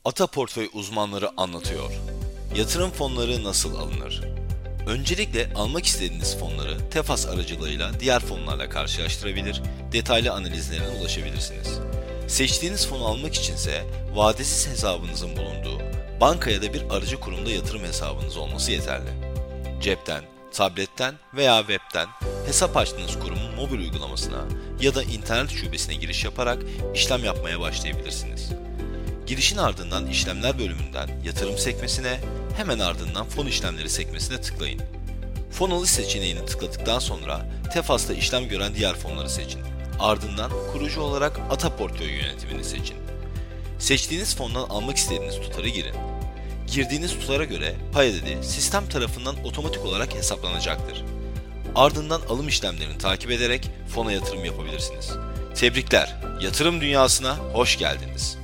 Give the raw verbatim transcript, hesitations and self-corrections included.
Ata Portföy uzmanları anlatıyor. Yatırım fonları nasıl alınır? Öncelikle almak istediğiniz fonları Tefas aracılığıyla diğer fonlarla karşılaştırabilir, detaylı analizlerine ulaşabilirsiniz. Seçtiğiniz fonu almak içinse vadesiz hesabınızın bulunduğu, banka ya da bir aracı kurumda yatırım hesabınız olması yeterli. Cepten, tabletten veya webten hesap açtığınız kurumun mobil uygulamasına ya da internet şubesine giriş yaparak işlem yapmaya başlayabilirsiniz. Girişin ardından işlemler bölümünden yatırım sekmesine, hemen ardından fon işlemleri sekmesine tıklayın. Fon alış seçeneğini tıkladıktan sonra Tefas'ta işlem gören diğer fonları seçin. Ardından kurucu olarak Ata Portföy yönetimini seçin. Seçtiğiniz fondan almak istediğiniz tutarı girin. Girdiğiniz tutara göre pay ederi sistem tarafından otomatik olarak hesaplanacaktır. Ardından alım işlemlerini takip ederek fona yatırım yapabilirsiniz. Tebrikler, yatırım dünyasına hoş geldiniz.